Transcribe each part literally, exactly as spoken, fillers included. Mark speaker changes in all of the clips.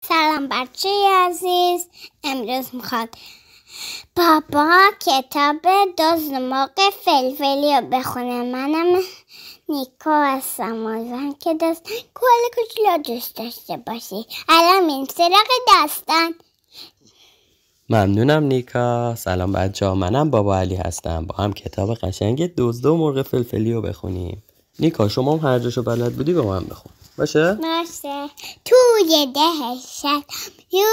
Speaker 1: سلام بچه عزیز. امروز میخواد بابا کتاب دزد مرغ فلفلی رو بخونه. منم نیکا هستم. امیدوارم که دست کل کوچولو دوست داشته باشی. الان این سراغ داستان.
Speaker 2: ممنونم نیکا. سلام بچه ها، منم بابا علی هستم. با هم کتاب قشنگ دزد و مرغ فلفلی رو بخونیم. نیکا شما هم هر جاشو بلد بودی به من بخون باشه؟
Speaker 1: باشه. توی ده شد یو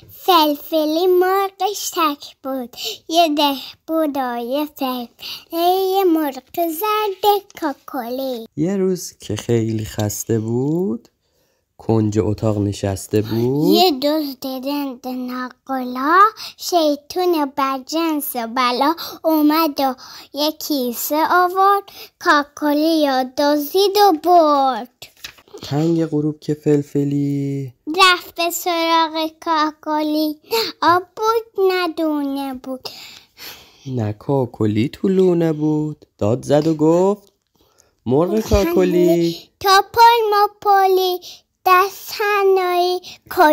Speaker 1: فلفلی مرغش تک بود. یه ده بود و یه فلفلی مرغ زرد کاکلی.
Speaker 2: یه روز که خیلی خسته بود کنج اتاق نشسته بود.
Speaker 1: یه دزد رند ناقلا شیطون برجنس و بلا اومد و یه کیسه آورد. کاکلی یا دزدید و برد.
Speaker 2: تنگ غروب که فلفلی
Speaker 1: رفت به سراغ کاکلی. آب بود ندونه بود.
Speaker 2: نه کاکلی تو لونه بود. داد زد و گفت مرغ کاکلی
Speaker 1: توپل مپلی دست هنایی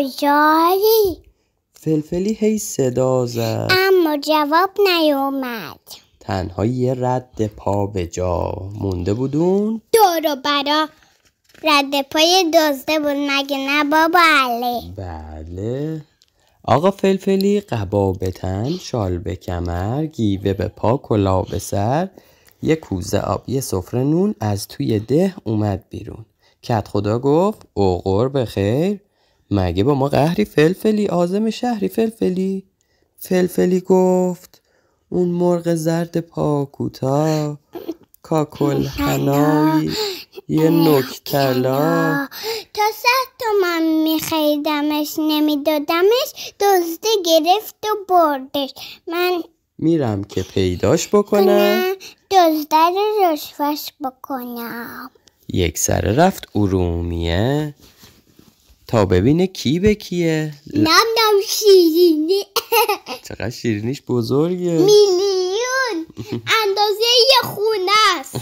Speaker 1: کجایی؟
Speaker 2: فلفلی هی صدا زد
Speaker 1: اما جواب نیومد.
Speaker 2: تنها یه رد پا به جا مونده بودون.
Speaker 1: دور و برا رد پای دزده بود مگه نه بابا علی؟
Speaker 2: بله. آقا فلفلی قبا به تن، شال به کمر، گیوه به پا، کلاه به سر، یه کوزه آب، یه سفره نون از توی ده اومد بیرون. کت خدا گفت اوقور بخیر، مگه با ما قهری فلفلی؟ عازم شهری فلفلی؟ فلفلی گفت اون مرغ زرد پا کوتاه، کاکل حنایی یه نکتلا.
Speaker 1: تا صد تومن میخریدمش نمیدادمش. دزده گرفت و بردش. من
Speaker 2: میرم که پیداش بکنم،
Speaker 1: دزده رو رشوهش بکنم.
Speaker 2: یک سره رفت ارومیه تا ببینه کی به کیه.
Speaker 1: نم نم شیرینی.
Speaker 2: چقدر شیرینیش بزرگه.
Speaker 1: میلیون اندازه یه خونه است.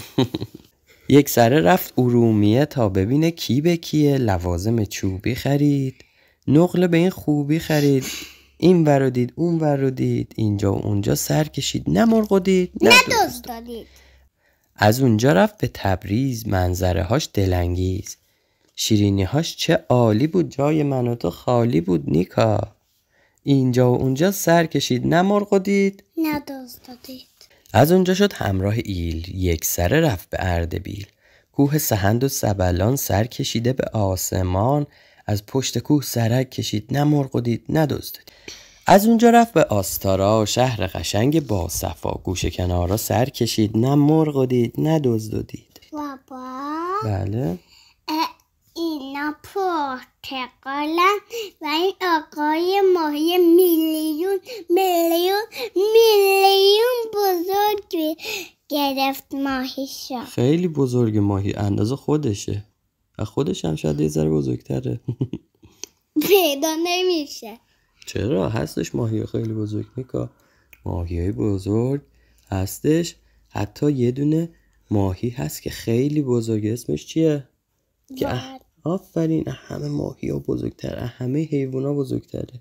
Speaker 2: یک سره رفت ارومیه تا ببینه کی به کیه. لوازم چوبی خرید، نقل به این خوبی خرید. این ور رو دید اون ور رو دید، اینجا و اونجا سر کشید، نه مرغ دید نه
Speaker 1: دزد دادید.
Speaker 2: از اونجا رفت به تبریز، منظره هاش دلانگیز، شیرینی هاش چه عالی بود، جای من و تو خالی بود نیکا. اینجا و اونجا سر کشید، نه مرغ دید
Speaker 1: نه دزد دادید.
Speaker 2: از اونجا شد همراه ایل، یک سره رفت به اردبیل. کوه سهند و سبلان سر کشیده به آسمان، از پشت کوه سرک کشید، نه مرغ دید نه دزد. از اونجا رفت به آستارا، شهر قشنگ با صفا، گوشه کنارا سر کشید، نه مرغ دید نه دزد دید.
Speaker 1: بابا
Speaker 2: بله
Speaker 1: اینا پرتقالن و این آقای ماهی میلیون میلیون میلیون بزرگ گرفت ماهیشو.
Speaker 2: خیلی بزرگ ماهی، اندازه خودشه. از خودش هم شاید یه ذره بزرگتره.
Speaker 1: پیدا نمیشه.
Speaker 2: چرا؟ هستش ماهی خیلی بزرگ نیکا. ماهی های بزرگ هستش. حتی یه دونه ماهی هست که خیلی بزرگه. اسمش چیه؟ که اه... آفرین، همه ماهی ها بزرگتر، همه حیوان ها بزرگتره.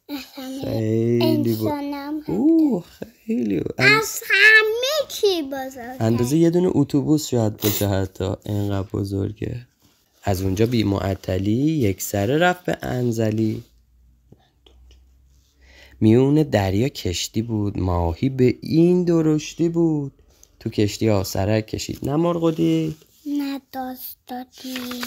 Speaker 2: خیلی
Speaker 1: انسانم
Speaker 2: اوه خیلی
Speaker 1: از همه چی بزرگتر.
Speaker 2: اندازه یه دونه اتوبوس شاید باشه، حتی اینقدر بزرگه. از اونجا بی معطلی یک سره رفت به انزلی. میون دریا کشتی بود، ماهی به این درشتی بود. تو کشتی ها سرک کشید، نه مرغ دید
Speaker 1: نه دزد دادید.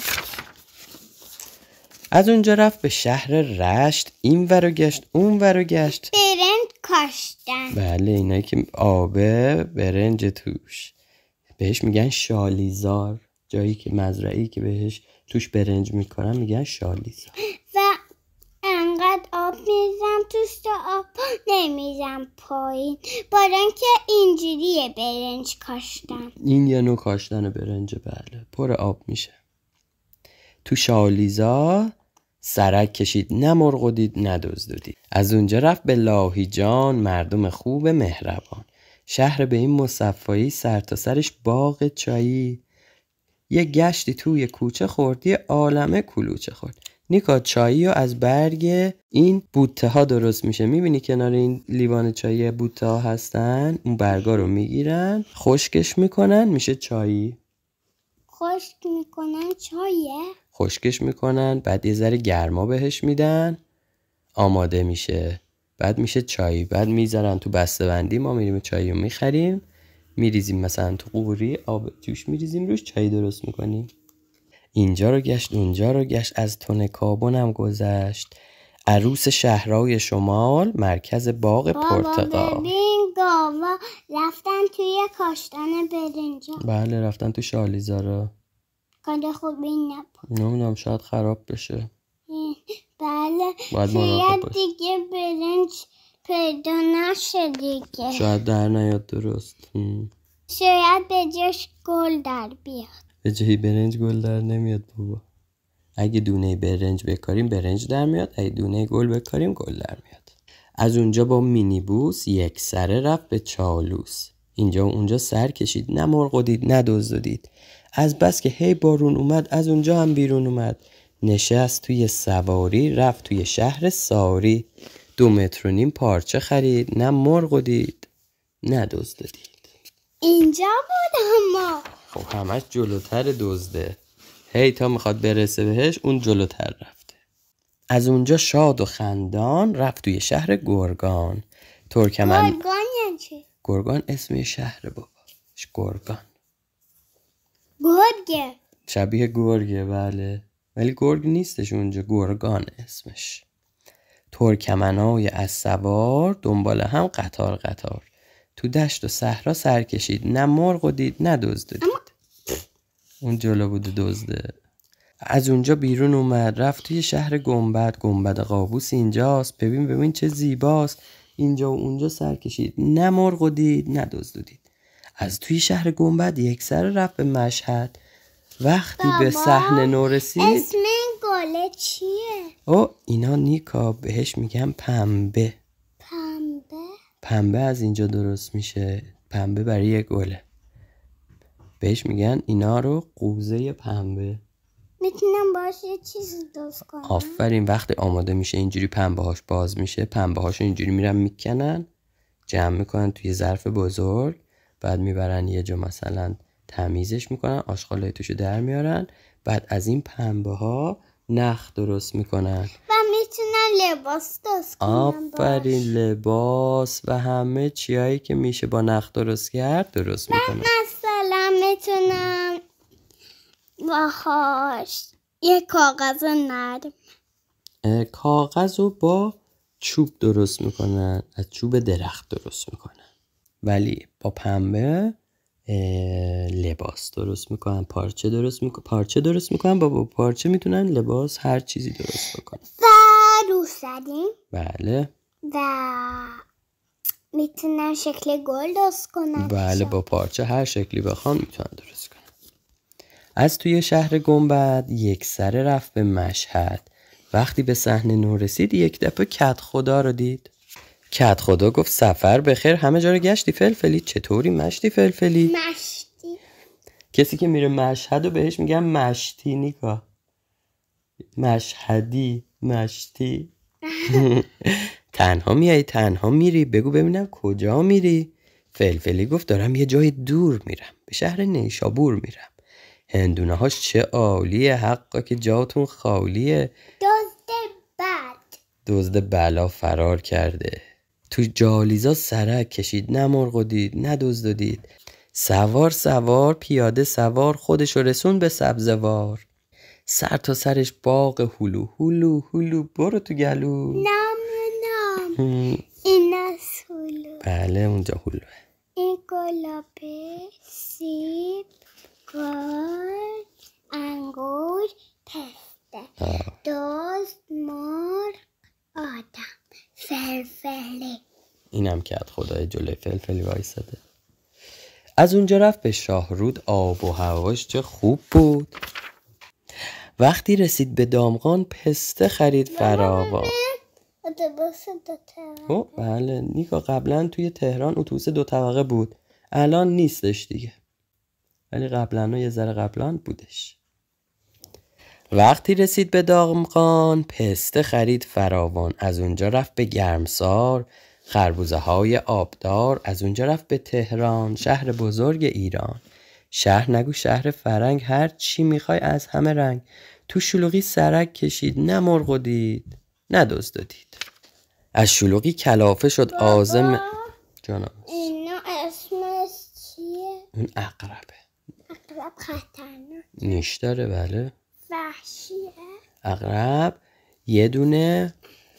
Speaker 2: از اونجا رفت به شهر رشت، این ور و گشت اون ور و گشت.
Speaker 1: برنج کاشتن.
Speaker 2: بله، اینایی که آبه برنج توش، بهش میگن شالیزار. جایی که مزرعی که بهش توش برنج میکنن میگن شالیزار.
Speaker 1: و انقدر آب میزم توش تا آب نمیزم پایین، بارن که اینجوریه برنج کاشتن.
Speaker 2: این یه نوع کاشتن برنج. بله، پر آب میشه. تو شالیزار سرک کشید، نه مرغ دید نه دزد دید. از اونجا رفت به لاهیجان، مردم خوب مهربان. شهر به این مصفایی، سر تا سرش باغ چایی. یه گشتی توی کوچه خورد، یه عالمه کلوچه خورد. نیکا چایی ها از برگ این بوته ها درست میشه. میبینی کنار این لیوان چایی بوته ها هستن؟ اون برگا رو میگیرن، خشکش میکنن، میشه چایی.
Speaker 1: خشک میکنن چایه؟
Speaker 2: خشکش میکنن، بعد یه ذره گرما بهش میدن، آماده میشه، بعد میشه چایی. بعد میذارن تو بسته‌بندی، ما میریم چایی رو میخریم، میریزیم مثلا تو قوری، آب توش میریزیم روش، چایی درست میکنیم. اینجا رو گشت اونجا رو گشت، از تن کابونم گذشت، عروس شهرهای شمال، مرکز باغ پرتقال.
Speaker 1: بابا ببین گاوا رفتن توی کاشتن برنجا.
Speaker 2: بله رفتن تو شالیزارا.
Speaker 1: کار خوبی نبود.
Speaker 2: نمیدونم شاید خراب بشه.
Speaker 1: بله
Speaker 2: باید مراقب
Speaker 1: شاید
Speaker 2: باش.
Speaker 1: دیگه برنج پیدا نشه دیگه.
Speaker 2: شاید در نیاد درست. هم.
Speaker 1: شاید به جاش گل در بیاد.
Speaker 2: به جای برنج گل در نمیاد بابا. اگه دونه برنج بکاریم برنج در میاد، اگه دونه گل بکاریم گل در میاد. از اونجا با مینیبوس یک سره رفت به چالوس. اینجا و اونجا سر کشید، نه مرغ دید نه دزد دید. از بس که هی بارون اومد از اونجا هم بیرون اومد. نشست توی سواری رفت توی شهر ساری. دو متر و نیم پارچه خرید، نه مرغ دید نه دزد دید.
Speaker 1: اینجا بود اما
Speaker 2: خب همش جلوتر دزده. هی تا میخواد برسه بهش اون جلوتر رفته. از اونجا شاد و خندان رفت توی شهر گرگان. ترکمن
Speaker 1: گرگان یعنی چی؟
Speaker 2: گرگان اسم شهر بابا. گرگان
Speaker 1: گرگه.
Speaker 2: شبیه گرگه بله، ولی گرگ نیستش اونجا، گرگان اسمش. ترکمنای از سوار دنبال هم قطار قطار. تو دشت و صحرا سر کشید، نه مرغ دید نه دزد دید. اون جلو بوده دزده. از اونجا بیرون اومد رفت توی شهر گنبد. گنبد قابوس اینجاست، ببین ببین چه زیباست. اینجا و اونجا سر کشید، نه مرغ دید نه دزد دید. از توی شهر گنبد یک سر رفت به مشهد. وقتی به صحنه نو رسید.
Speaker 1: اسم این گله چیه؟
Speaker 2: او اینا نیکا بهش میگن پنبه.
Speaker 1: پنبه؟
Speaker 2: پنبه از اینجا درست میشه. پنبه برای یک گله. بهش میگن اینا رو قوزه پنبه.
Speaker 1: میتونم باش یه چیزی درست کنم.
Speaker 2: آفرین. وقتی آماده میشه اینجوری پنبه هاش باز میشه، پنبه هاشو اینجوری میرن میکنن، جمع میکنن توی ظرف بزرگ، بعد میبرن یه جا مثلا تمیزش میکنن، آشغالای توشو در میارن، بعد از این پنبه ها نخ درست میکنن
Speaker 1: و میتونم لباس درست کنم.
Speaker 2: آفرین لباس و همه چیایی که میشه با نخ درست کرد درست میکنن.
Speaker 1: مثلا میتونم باهاش یه کاغذ نرم.
Speaker 2: کاغذ رو با چوب درست میکنن، از چوب درخت درست میکنن، ولی با پنبه لباس درست میکنن، پارچه درست میکنن، پارچه درست میکنن با, با پارچه میتونن لباس هر چیزی درست بکنن.
Speaker 1: و روسری.
Speaker 2: بله.
Speaker 1: و میتونن شکل گل درست کنن.
Speaker 2: بله با پارچه هر شکلی بخوان میتونن درست کنن. از توی شهر گنبد یک سره رفت به مشهد. وقتی به صحنه نو رسید یک دفعه کت خدا رو دید. کت خدا گفت سفر بخیر، همه جا رو گشتی فلفلی؟ چطوری مشتی فلفلی؟
Speaker 1: مشتی.
Speaker 2: کسی که میره مشهد رو بهش میگن مشتی نیکا. مشهدی مشتی. تنها میای تنها میری؟ بگو ببینم کجا میری؟ فلفلی گفت دارم یه جای دور میرم، به شهر نیشابور میرم. هندونه هاش چه عالیه، حقا که جاتون خالیه.
Speaker 1: دزد بد.
Speaker 2: دزد بلا فرار کرده. تو جالیزا سرک کشید، نه مرغ دید نه دزد دید. سوار سوار پیاده سوار خودشو رسون به سبزوار. سر تا سرش باغ هلو هلو هلو برو تو گلو.
Speaker 1: نام نام این از هلو.
Speaker 2: بله اونجا هلوه.
Speaker 1: این گلابه، سیب، گل، انگور، پسته، دزد، مرغ، آدم، فلفلی.
Speaker 2: اینم کت خدای جلوی فلفلی وایساده. از اونجا رفت به شاهرود. آب و هواش چه خوب بود. وقتی رسید به دامغان پسته خرید فراوان.
Speaker 1: اتوبوس دو طبقه.
Speaker 2: او بله نیکا قبلا توی تهران اتوبوس دو طبقه بود، الان نیستش دیگه، ولی قبلا یه ذره قبلا بودش. وقتی رسید به دامغان پسته خرید فراوان. از اونجا رفت به گرمسار خربوزه های آبدار. از اونجا رفت به تهران شهر بزرگ ایران. شهر نگو شهر فرنگ، هر چی میخوای از همه رنگ. تو شلوغی سرک کشید، نه مرغ و دید نه دزد و دید. از شلوغی کلافه شد عازم. جانم
Speaker 1: اینا اسمش چیه؟
Speaker 2: اون عقربه.
Speaker 1: عقرب خطرناک
Speaker 2: نیش داره. بله
Speaker 1: وحشیه.
Speaker 2: عقرب یه دونه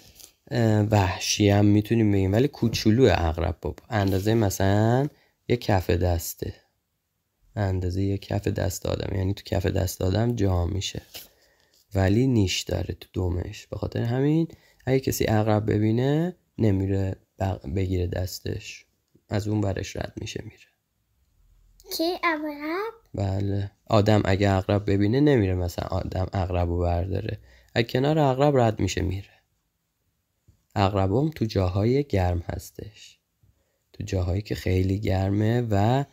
Speaker 2: وحشی هم میتونیم بگیم ولی کوچولوه عقرب بابا. اندازه مثلا یه کف دسته، اندازه یه کف دست آدم، یعنی تو کف دست آدم جا میشه ولی نیش داره تو دومش. به خاطر همین اگه کسی عقرب ببینه نمیره بگیره دستش، از اون برش رد میشه میره.
Speaker 1: کی عقرب؟
Speaker 2: بله آدم اگه عقرب ببینه نمیره مثلا آدم عقرب رو برداره، اگه کنار عقرب رد میشه میره. عقرب هم تو جاهای گرم هستش، تو جاهایی که خیلی گرمه و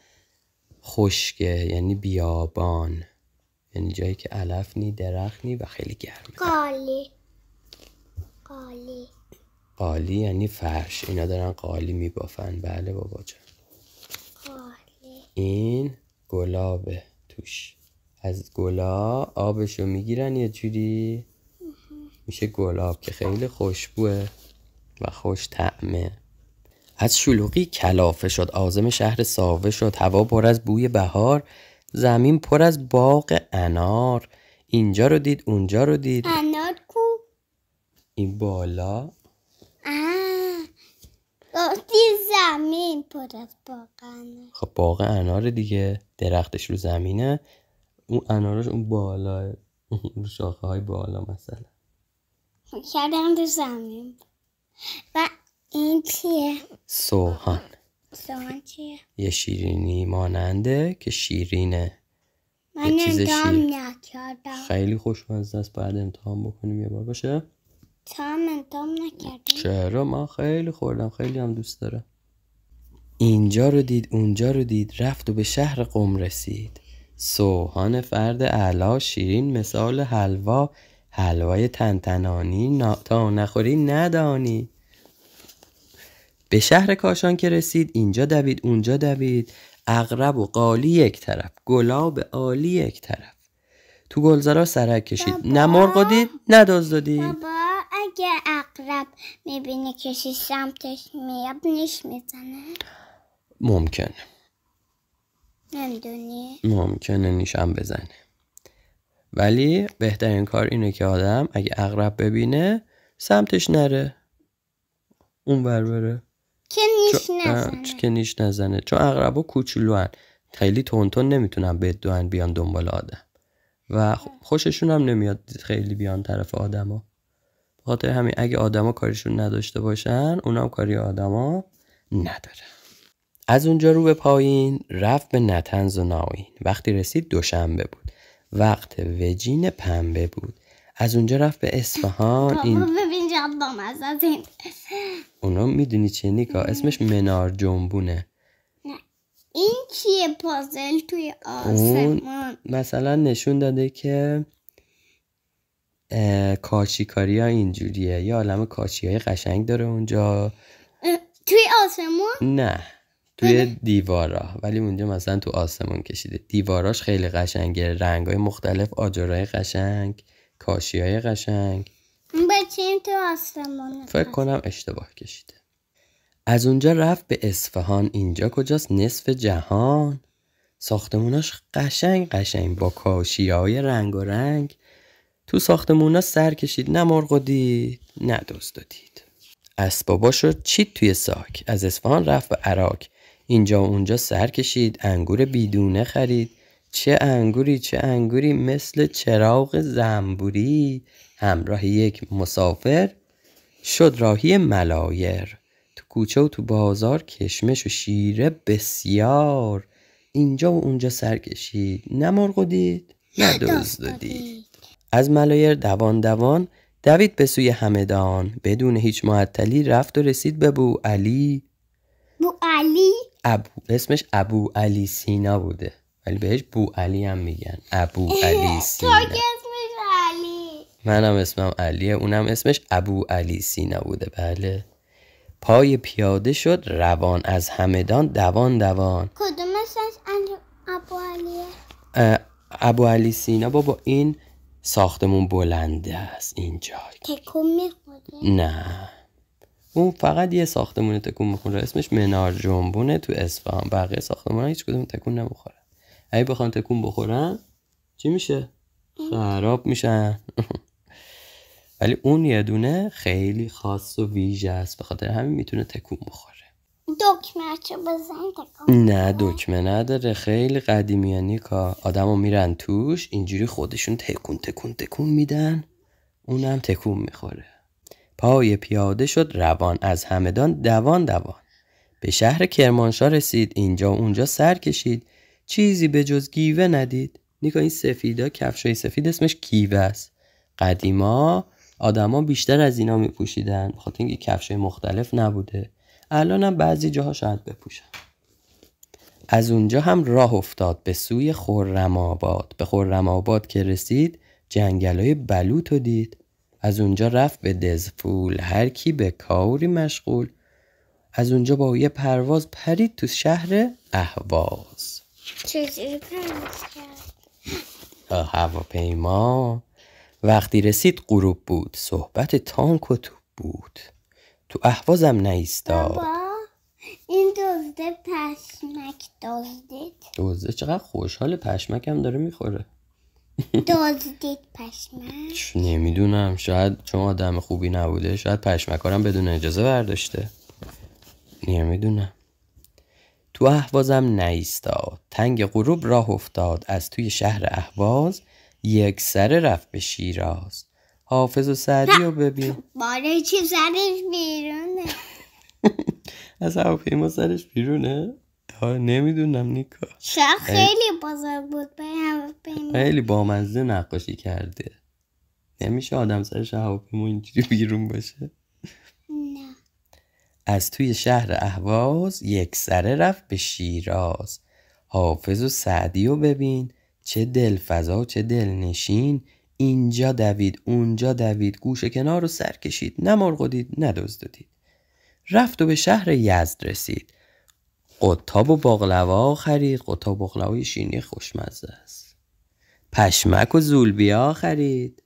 Speaker 2: خشکه، یعنی بیابان، یعنی جایی که علف نی درخت نی و خیلی گرمه.
Speaker 1: قالی قالی
Speaker 2: قالی یعنی فرش، اینا دارن قالی میبافن. بله بابا جان.
Speaker 1: قالی
Speaker 2: این گلابه، توش از گلاب آبشو میگیرن یه جوری میشه گلاب که خیلی خوشبوه و خوش طعمه. از شلوغی کلافه شد عازم شهر ساوه شد. هوا پر از بوی بهار، زمین پر از باغ انار. اینجا رو دید اونجا رو دید.
Speaker 1: انار کو؟
Speaker 2: این بالا
Speaker 1: آه گفتی زمین پر از باغ انار.
Speaker 2: خب باغ انار دیگه، درختش رو زمینه، اون انارش اون بالا، اون شاخه های بالا مثلا.
Speaker 1: کردم تو زمین. و این چیه؟
Speaker 2: سوهان.
Speaker 1: سوهان چیه؟
Speaker 2: یه شیرینی ماننده که شیرینه.
Speaker 1: من امتحان نکردم.
Speaker 2: خیلی خوشمزه است، بعد امتحان بکنیم یه بار باشه.
Speaker 1: تا هم امتحان نکردم.
Speaker 2: چرا؟ من خیلی خوردم، خیلی هم دوست دارم. اینجا رو دید اونجا رو دید، رفت و به شهر قم رسید. سوهان فرد اعلی، شیرین مثال حلوا، حلوای تنتنانی نا... تا نخوری ندانی. به شهر کاشان که رسید، اینجا دوید اونجا دوید، عقرب و قالی یک طرف، گلاب عالی یک طرف. تو گلزارا سرک کشید، نه مرغ دید نه دزد دید.
Speaker 1: بابا اگه عقرب میبینه کسی سمتش میاد نیش میزنه؟
Speaker 2: ممکنه.
Speaker 1: نمیدونی؟
Speaker 2: ممکنه نیشم بزنه، ولی بهترین کار اینه که آدم اگه عقرب ببینه سمتش نره، اون بر بره
Speaker 1: که نیش نزنه.
Speaker 2: که نیش نزنه، چون عقربا کوچولو هن، خیلی تونتون نمیتونن بدوئن بیان دنبال آدم و خوششون هم نمیاد خیلی بیان طرف آدما. بخاطر همین اگه آدما کاریشون نداشته باشن، اونا هم کاری آدما نداره. از اونجا رو به پایین رفت به نطنز و ناوین. وقتی رسید دوشنبه بود، وقت وجین پنبه بود. از اونجا رفت به اصفهان.
Speaker 1: بابا
Speaker 2: این
Speaker 1: ببین جان از از این
Speaker 2: اونا میدونی چیه نیکا؟ اسمش منار جنبونه.
Speaker 1: نه این چیه؟ پازل توی آسمان.
Speaker 2: مثلا نشون داده که کاشیکاری ها اینجوریه، یه عالم کاشی های قشنگ داره اونجا.
Speaker 1: توی آسمون؟
Speaker 2: نه توی دیوارا، ولی اونجا مثلا تو آسمون کشیده. دیواراش خیلی قشنگه، رنگای مختلف، آجرای قشنگ، کاشیای قشنگ.
Speaker 1: بچیم تو آسمون.
Speaker 2: فکر کنم اشتباه کشیده. از اونجا رفت به اصفهان. اینجا کجاست؟ نصف جهان. ساختموناش قشنگ قشنگ با کاشیای رنگ و رنگ. تو ساختمونا سر کشید، نه مرغ دید نه دزد دید. اسبابا شد چید توی ساک. از اصفهان رفت به عراق. اینجا و اونجا سر کشید، انگور بیدونه خرید. چه انگوری چه انگوری، مثل چراغ زنبوری. همراه یک مسافر شد راهی ملایر. تو کوچه و تو بازار کشمش و شیره بسیار. اینجا و اونجا سر کشید، نه مرغ دید نه دزد دید. از ملایر دوان دوان دوید به سوی همدان. بدون هیچ معطلی رفت و رسید به بو علی.
Speaker 1: بو علی؟
Speaker 2: ابو اسمش ابو علی سینا بوده، ولی بهش بو علی هم میگن. ابو علی سینا.
Speaker 1: تو که اسمش
Speaker 2: منم اسمم علیه، اونم اسمش ابو علی سینا بوده. بله. پای پیاده شد روان از همدان دوان دوان.
Speaker 1: کدومش از ابو علیه؟
Speaker 2: ابو علی سینا بابا این ساختمون بلنده است اینجا.
Speaker 1: تکون میخوره؟
Speaker 2: نه اون فقط یه ساختمون تکون میخوره اسمش منار جنبونه تو اصفهان. بقیه ساختمون هیچ کدوم تکون نمیخوره. اگه بخوان تکون بخورن چی میشه؟ خراب میشن. ولی اون یه دونه خیلی خاص و ویژه است، به خاطر همین میتونه تکون بخوره.
Speaker 1: دکمه چه بزن تکون؟
Speaker 2: نه دکمه نداره، خیلی قدیمیه نیکا. آدمو میرن توش اینجوری خودشون تکون تکون تکون میدن، اونم تکون میخوره. پای پیاده شد روان از همدان دوان دوان. به شهر کرمانشاه رسید، اینجا اونجا سر کشید، چیزی به جز گیوه ندید. نیکا این سفیدا، کفشای سفید اسمش گیوه است. قدیما آدما بیشتر از اینا میپوشیدن بخاطر اینکه کفشای مختلف نبوده. الان هم بعضی جاها شاید بپوشن. از اونجا هم راه افتاد به سوی خرم‌آباد. به خرم‌آباد که رسید جنگلای بلوط رو دید. از اونجا رفت به دزفول، هر کی به کاری مشغول. از اونجا با یه پرواز پرید تو شهر اهواز.
Speaker 1: چجوری پرواز کرد؟
Speaker 2: هواپیما. وقتی رسید غروب بود، صحبت تانک و توپ بود. تو اهوازم نایستاد.
Speaker 1: بابا این دزده پشمک دزدید؟
Speaker 2: دزده چقدر خوشحال، پشمکم داره میخوره.
Speaker 1: دزدید پشمک؟
Speaker 2: نمیدونم، شاید چون آدم خوبی نبوده، شاید پشمکارم بدون اجازه برداشته. نمیدونم. تو اهوازم نایستاد، تنگ غروب راه افتاد. از توی شهر اهواز یک سره رفت به شیراز. حافظ و سعدی رو ببین.
Speaker 1: باره چی سرش بیرونه؟
Speaker 2: از هواپیما سرش بیرونه؟ نمیدونم نیکا.
Speaker 1: شاید خیلی بزرگ بود به هواپیما.
Speaker 2: خیلی بامزه نقاشی کرده. نمیشه آدم سرش هواپیما اینجوری بیرون باشه.
Speaker 1: نه.
Speaker 2: از توی شهر اهواز یک سره رفت به شیراز. حافظ و سعدی رو ببین، چه دلفضا چه دلنشین. اینجا دوید اونجا دوید، گوشه کنار رو سر کشید. نه مرغ دید نه دزد دید. رفت و به شهر یزد رسید. قطاب و باقلوا خرید. قطاب و باقلوای شیرینی خوشمزه است. پشمک و زولبیا خرید.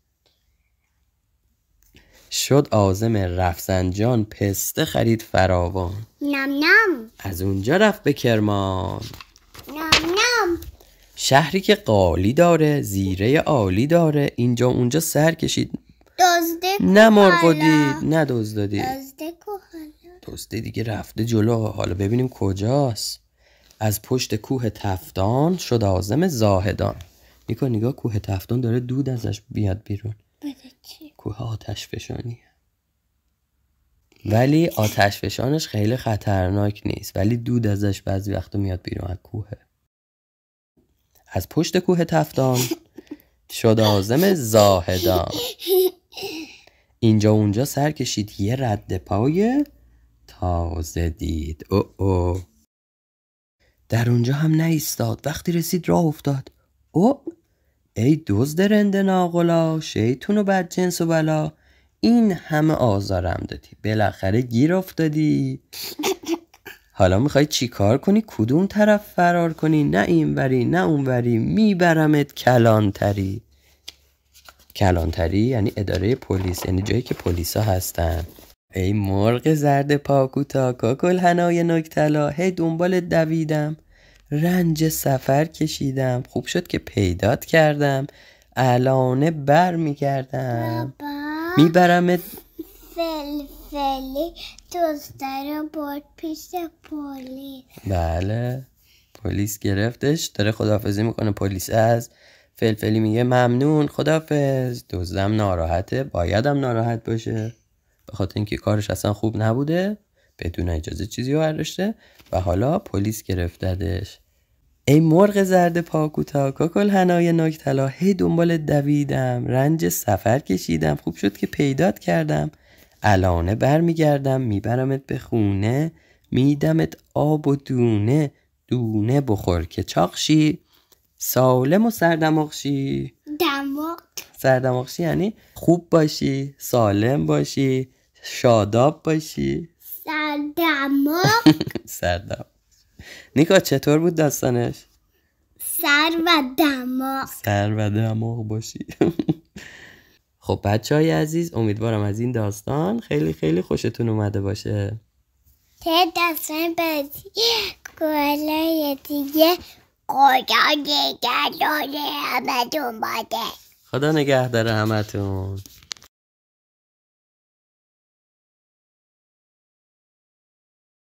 Speaker 2: شد عازم رفسنجان، پسته خرید فراوان.
Speaker 1: نم نم.
Speaker 2: از اونجا رفت به کرمان.
Speaker 1: نم نم.
Speaker 2: شهری که قالی داره، زیره عالی داره. اینجا اونجا سر کشید.
Speaker 1: دزده کو
Speaker 2: نه مرغ دید
Speaker 1: حالا؟
Speaker 2: نه دزد دید.
Speaker 1: دزده کو حالا؟
Speaker 2: دزده دیگه رفته جلو. حالا ببینیم کجاست. از پشت کوه تفتان شد عازم زاهدان. نیکا نگاه، کوه تفتان داره دود ازش بیاد بیرون.
Speaker 1: بده چی؟
Speaker 2: کوه آتش فشانیه. ولی آتش فشانش خیلی خطرناک نیست، ولی دود ازش بعضی وقتا میاد بیرون از کوه. از پشت کوه تفتان شد عازم زاهدان. اینجا اونجا سر کشید، یه رد پای تازه دید. او او در اونجا هم نایستاد. وقتی رسید راه افتاد. او ای دزد رند ناقلا، شیطون و بدجنس و بلا. این همه آزارم دادی، بالاخره گیر افتادی. حالا میخوای چی کار کنی؟ کدوم طرف فرار کنی؟ نه این وری نه اون وری، میبرمت کلانتری. کلانتری یعنی اداره پلیس، یعنی جایی که پلیسا هستن. ای مرغ زرد پاکوتا، کاکل هنای نکتلا. هی دنبال دویدم، رنج سفر کشیدم. خوب شد که پیدات کردم، الانه بر میگردم. میبرمت
Speaker 1: فلفلی دزده رو برد پیش پلیس.
Speaker 2: بله پلیس گرفتش، داره خداحافظی میکنه. پلیس از فلفلی میگه ممنون خداحافظ. دزدم ناراحته، بایدم ناراحت باشه به خاطر اینکه کارش اصلا خوب نبوده، بدون اجازه چیزی رو برداشته و حالا پلیس گرفتدش. ای مرغ زرد پاکوتا، کاکل هنای نکتلا. هی دنبال دویدم، رنج سفر کشیدم. خوب شد که پیدات کردم، الانه بر میگردم. میبرمت به خونه، میدمت آب و دونه. دونه بخور که چاقشی، سالم و سردماغشی.
Speaker 1: دماغ.
Speaker 2: سردماغ یعنی خوب باشی، سالم باشی، شاداب باشی.
Speaker 1: سردماغ.
Speaker 2: سردماغ. نیکا چطور بود داستانش؟
Speaker 1: سر و دماغ.
Speaker 2: سر و دماغ باشی. خب بچه های عزیز، امیدوارم از این داستان خیلی خیلی خوشتون اومده باشه.
Speaker 1: ته داستان بعدی کلای دیگه خدا نگهدار همتون باشه.
Speaker 2: خدا نگهدار همتون.